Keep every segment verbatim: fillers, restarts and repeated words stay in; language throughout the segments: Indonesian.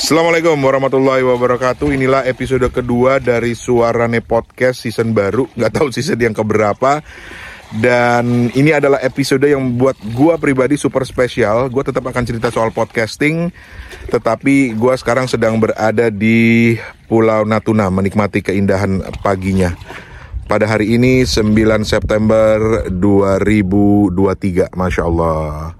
Assalamualaikum warahmatullahi wabarakatuh. Inilah episode kedua dari Suarane Podcast season baru. Gak tahu season yang keberapa. Dan ini adalah episode yang buat gue pribadi super spesial. Gue tetap akan cerita soal podcasting, tetapi gue sekarang sedang berada di Pulau Natuna, menikmati keindahan paginya. Pada hari ini sembilan September dua ribu dua puluh tiga, Masya Allah.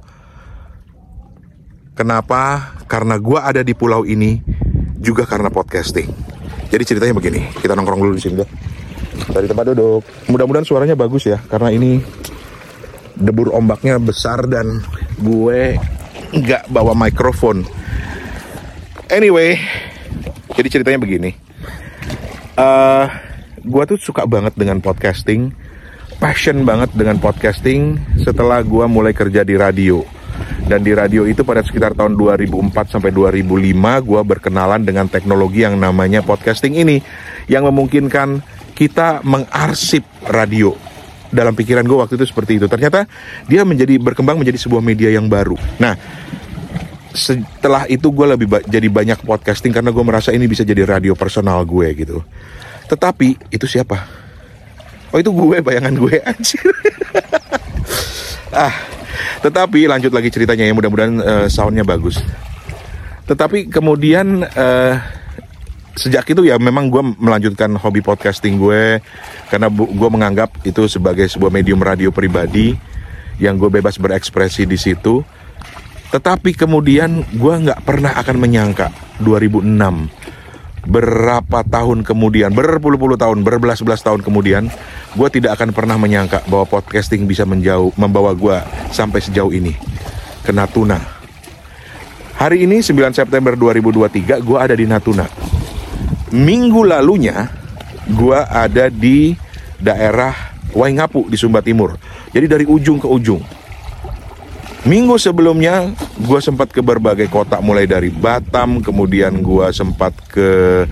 Kenapa? Karena gue ada di pulau ini juga karena podcasting. Jadi ceritanya begini, kita nongkrong dulu di sini deh. Dari tempat duduk. Mudah-mudahan suaranya bagus ya, karena ini debur ombaknya besar dan gue nggak bawa mikrofon. Anyway, jadi ceritanya begini. Uh, gue tuh suka banget dengan podcasting, passion banget dengan podcasting setelah gue mulai kerja di radio. Dan di radio itu pada sekitar tahun dua ribu empat sampai dua ribu lima gue berkenalan dengan teknologi yang namanya podcasting ini, yang memungkinkan kita mengarsip radio. Dalam pikiran gue waktu itu seperti itu. Ternyata dia menjadi berkembang menjadi sebuah media yang baru. Nah, setelah itu gue lebih ba- jadi banyak podcasting karena gue merasa ini bisa jadi radio personal gue gitu. Tetapi itu siapa? Oh, itu gue, bayangan gue, anjir. ah Tetapi lanjut lagi ceritanya ya, mudah-mudahan uh, soundnya bagus. Tetapi kemudian uh, sejak itu ya memang gue melanjutkan hobi podcasting gue, karena bu- gue menganggap itu sebagai sebuah medium radio pribadi yang gue bebas berekspresi di situ. Tetapi kemudian gue nggak pernah akan menyangka dua ribu enam, berapa tahun kemudian, berpuluh-puluh tahun, berbelas-belas tahun kemudian, gue tidak akan pernah menyangka bahwa podcasting bisa menjauh, membawa gue sampai sejauh ini, ke Natuna. Hari ini sembilan September dua ribu dua puluh tiga, gue ada di Natuna. Minggu lalunya, gue ada di daerah Waingapu di Sumba Timur. Jadi dari ujung ke ujung. Minggu sebelumnya, gue sempat ke berbagai kota, mulai dari Batam, kemudian gue sempat ke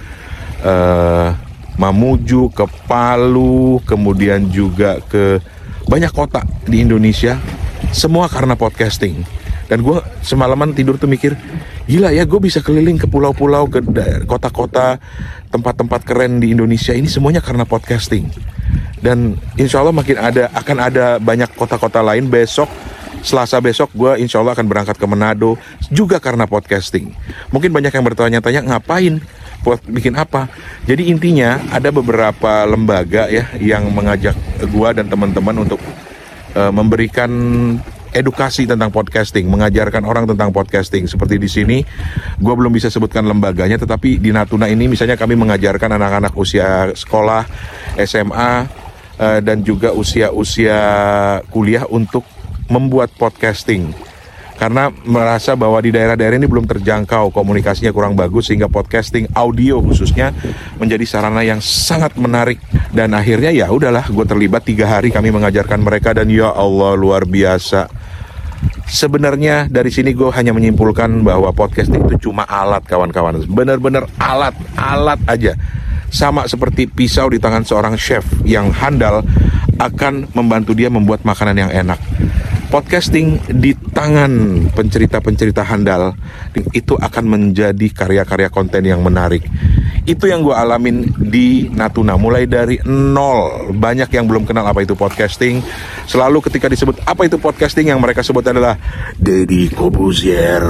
uh, Mamuju, ke Palu, kemudian juga ke banyak kota di Indonesia, semua karena podcasting. Dan gue semalaman tidur tuh mikir, gila ya, gue bisa keliling ke pulau-pulau, ke kota-kota, tempat-tempat keren di Indonesia ini semuanya karena podcasting. Dan insya Allah makin ada, akan ada banyak kota-kota lain. Besok Selasa besok gue insya Allah akan berangkat ke Manado juga karena podcasting. Mungkin banyak yang bertanya-tanya, ngapain? Buat bikin apa? Jadi intinya ada beberapa lembaga ya yang mengajak gue dan teman-teman untuk uh, memberikan edukasi tentang podcasting, mengajarkan orang tentang podcasting. Seperti di sini, gue belum bisa sebutkan lembaganya, tetapi di Natuna ini misalnya kami mengajarkan anak-anak usia sekolah, S M A, uh, dan juga usia-usia kuliah untuk membuat podcasting, karena merasa bahwa di daerah-daerah ini belum terjangkau, komunikasinya kurang bagus, sehingga podcasting audio khususnya menjadi sarana yang sangat menarik. Dan akhirnya ya udahlah, gue terlibat tiga hari kami mengajarkan mereka, dan ya Allah luar biasa. Sebenarnya dari sini gue hanya menyimpulkan bahwa podcasting itu cuma alat, kawan-kawan, benar-benar alat, alat aja. Sama seperti pisau di tangan seorang chef yang handal akan membantu dia membuat makanan yang enak. Podcasting di tangan pencerita-pencerita handal itu akan menjadi karya-karya konten yang menarik. Itu yang gue alamin di Natuna, mulai dari nol. Banyak yang belum kenal apa itu podcasting. Selalu ketika disebut apa itu podcasting, yang mereka sebut adalah Deddy Corbuzier.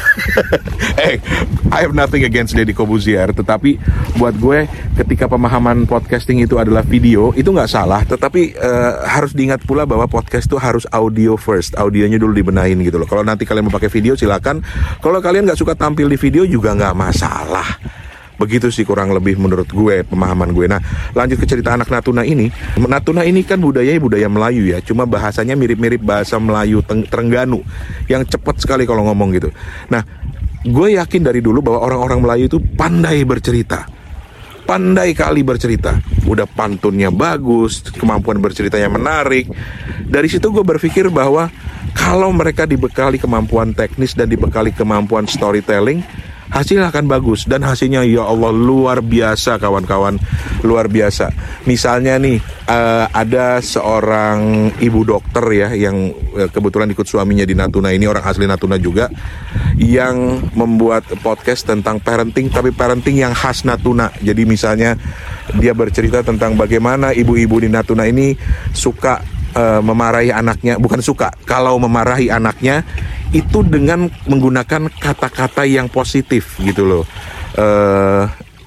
Hey, I have nothing against Deddy Corbuzier, tetapi buat gue ketika pemahaman podcasting itu adalah video, itu nggak salah. Tetapi uh, harus diingat pula bahwa podcast itu harus audio first, audionya dulu dibenahin gitu loh. Kalau nanti kalian mau pakai video silakan. Kalau kalian nggak suka tampil di video juga nggak masalah. Begitu sih kurang lebih menurut gue, pemahaman gue. Nah, lanjut ke cerita anak Natuna ini. Natuna ini kan budayanya budaya Melayu ya, cuma bahasanya mirip-mirip bahasa Melayu Terengganu, yang cepat sekali kalau ngomong gitu. Nah, gue yakin dari dulu bahwa orang-orang Melayu itu pandai bercerita, pandai kali bercerita. Udah pantunnya bagus, kemampuan berceritanya menarik. Dari situ gue berpikir bahwa kalau mereka dibekali kemampuan teknis dan dibekali kemampuan storytelling, hasilnya akan bagus. Dan hasilnya ya Allah luar biasa kawan-kawan, luar biasa. Misalnya nih uh, ada seorang ibu dokter ya yang uh, kebetulan ikut suaminya di Natuna, ini orang asli Natuna juga, yang membuat podcast tentang parenting, tapi parenting yang khas Natuna. Jadi misalnya dia bercerita tentang bagaimana ibu-ibu di Natuna ini suka uh, memarahi anaknya, bukan suka, kalau memarahi anaknya itu dengan menggunakan kata-kata yang positif gitu loh, uh,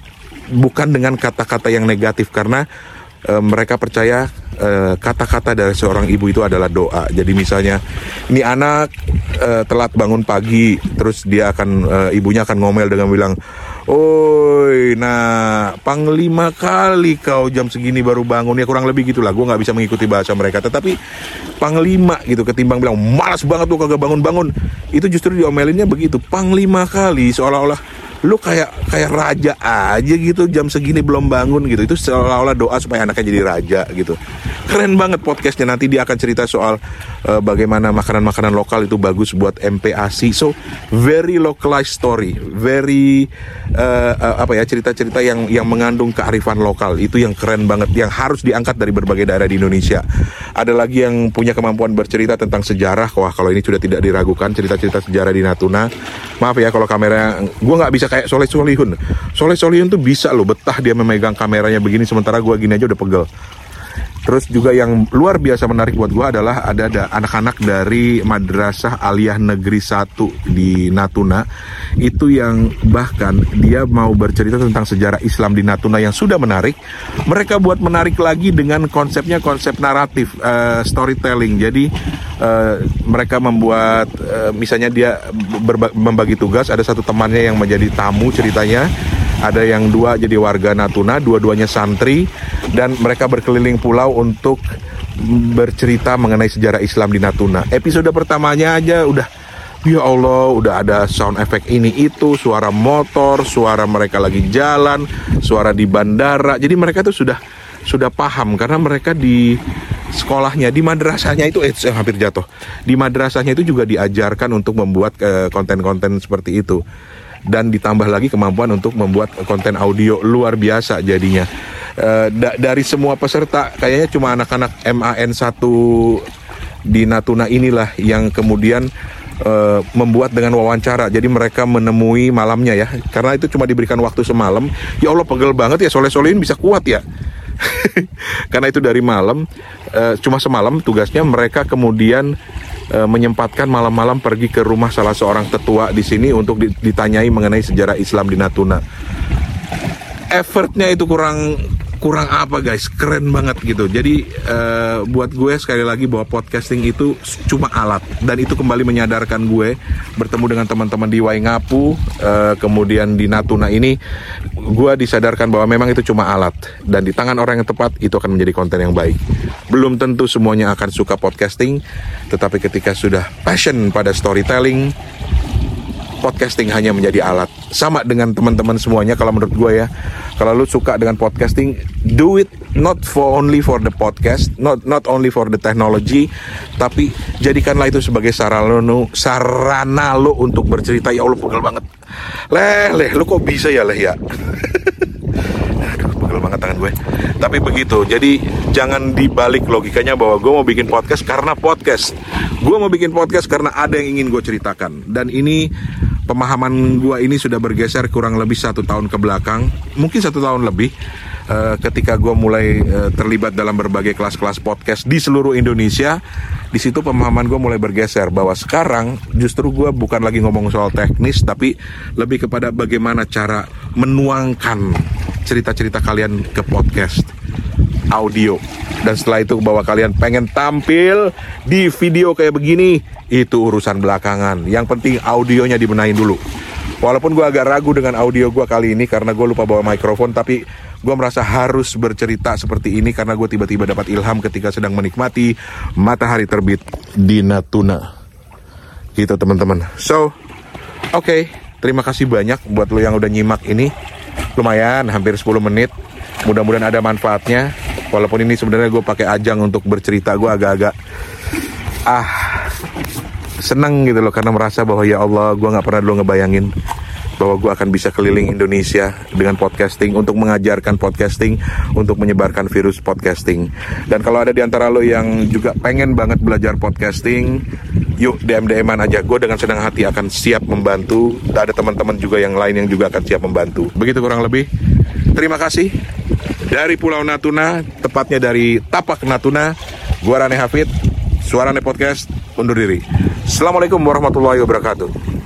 bukan dengan kata-kata yang negatif, karena uh, mereka percaya uh, kata-kata dari seorang ibu itu adalah doa. Jadi misalnya ini anak uh, telat bangun pagi, terus dia akan uh, ibunya akan ngomel dengan bilang, "Oi, nah panglima kali kau jam segini baru bangun." Ya kurang lebih gitulah. Gue nggak bisa mengikuti bahasa mereka, tetapi panglima gitu, ketimbang bilang malas banget tuh kagak bangun-bangun, itu justru diomelinnya begitu, panglima kali, seolah-olah lu kayak kayak raja aja gitu, jam segini belum bangun gitu. Itu seolah-olah doa supaya anaknya jadi raja gitu. Keren banget podcastnya. Nanti dia akan cerita soal uh, bagaimana makanan-makanan lokal itu bagus buat M P A S I. So very localized story, very uh, uh, apa ya, cerita-cerita yang yang mengandung kearifan lokal. Itu yang keren banget, yang harus diangkat dari berbagai daerah di Indonesia. Ada lagi yang punya kemampuan bercerita tentang sejarah. Wah, kalau ini sudah tidak diragukan, cerita-cerita sejarah di Natuna. Maaf ya kalau kamera, gue nggak bisa kayak Soleh Solihun. Soleh Solihun tuh bisa loh, betah dia memegang kameranya begini, sementara gue gini aja udah pegel. Terus juga yang luar biasa menarik buat gue adalah ada, ada anak-anak dari Madrasah Aliyah Negeri satu di Natuna. Itu yang bahkan dia mau bercerita tentang sejarah Islam di Natuna yang sudah menarik. Mereka buat menarik lagi dengan konsepnya konsep naratif, uh, storytelling. Jadi uh, mereka membuat uh, misalnya dia berba- membagi tugas. Ada satu temannya yang menjadi tamu ceritanya, ada yang dua jadi warga Natuna, dua-duanya santri, dan mereka berkeliling pulau untuk bercerita mengenai sejarah Islam di Natuna. Episode pertamanya aja udah, ya Allah, udah ada sound effect ini itu, suara motor, suara mereka lagi jalan, suara di bandara. Jadi mereka tuh sudah sudah paham, karena mereka di sekolahnya, di madrasahnya itu eh, hampir jatuh. Di madrasahnya itu juga diajarkan untuk membuat eh, konten-konten seperti itu. Dan ditambah lagi kemampuan untuk membuat konten audio luar biasa jadinya. E, da- dari semua peserta kayaknya cuma anak-anak M A N satu di Natuna inilah yang kemudian e, membuat dengan wawancara. Jadi mereka menemui malamnya ya, karena itu cuma diberikan waktu semalam. Ya Allah, pegel banget ya, Soleh-Solehin bisa kuat ya. Karena itu dari malam, e, cuma semalam tugasnya. Mereka kemudian e, menyempatkan malam-malam pergi ke rumah salah seorang tetua di sini untuk ditanyai mengenai sejarah Islam di Natuna. Effortnya itu kurang kurang apa guys, keren banget gitu. Jadi uh, buat gue sekali lagi bahwa podcasting itu cuma alat, dan itu kembali menyadarkan gue bertemu dengan teman-teman di Waingapu, uh, kemudian di Natuna ini, gue disadarkan bahwa memang itu cuma alat, dan di tangan orang yang tepat itu akan menjadi konten yang baik. Belum tentu semuanya akan suka podcasting, tetapi ketika sudah passion pada storytelling, podcasting hanya menjadi alat. Sama dengan teman-teman semuanya, kalau menurut gue ya, kalau lu suka dengan podcasting, do it not for only for the podcast, not not only for the technology, tapi jadikanlah itu sebagai sarana lu, sarana lu untuk bercerita. Ya Allah, pegel banget. Leh, leh, lu kok bisa ya, leh ya? Aduh, pegel banget tangan gue. Tapi begitu, jadi jangan dibalik logikanya bahwa gue mau bikin podcast karena podcast. Gue mau bikin podcast karena ada yang ingin gue ceritakan. Dan ini, pemahaman gue ini sudah bergeser kurang lebih satu tahun ke belakang. Mungkin satu tahun lebih, uh, ketika gue mulai uh, terlibat dalam berbagai kelas-kelas podcast di seluruh Indonesia. Di situ pemahaman gue mulai bergeser, bahwa sekarang justru gue bukan lagi ngomong soal teknis, tapi lebih kepada bagaimana cara menuangkan cerita-cerita kalian ke podcast audio. Dan setelah itu bahwa kalian pengen tampil di video kayak begini, itu urusan belakangan. Yang penting audionya dibenahin dulu. Walaupun gue agak ragu dengan audio gue kali ini karena gue lupa bawa mikrofon, tapi gue merasa harus bercerita seperti ini karena gue tiba-tiba dapat ilham ketika sedang menikmati matahari terbit di Natuna. Gitu teman-teman. So, oke, okay. Terima kasih banyak buat lo yang udah nyimak ini. Lumayan, hampir sepuluh menit. Mudah-mudahan ada manfaatnya. Walaupun ini sebenarnya gue pakai ajang untuk bercerita, gue agak-agak ah seneng gitu loh, karena merasa bahwa ya Allah, gue nggak pernah dulu ngebayangin bahwa gue akan bisa keliling Indonesia dengan podcasting, untuk mengajarkan podcasting, untuk menyebarkan virus podcasting. Dan kalau ada di antara lo yang juga pengen banget belajar podcasting, yuk D M D M-an aja. Gue dengan senang hati akan siap membantu. Ada teman-teman juga yang lain yang juga akan siap membantu. Begitu kurang lebih. Terima kasih. Dari Pulau Natuna, tepatnya dari Tapak Natuna, gue Rane Hafid, Suarane Podcast, undur diri. Assalamualaikum warahmatullahi wabarakatuh.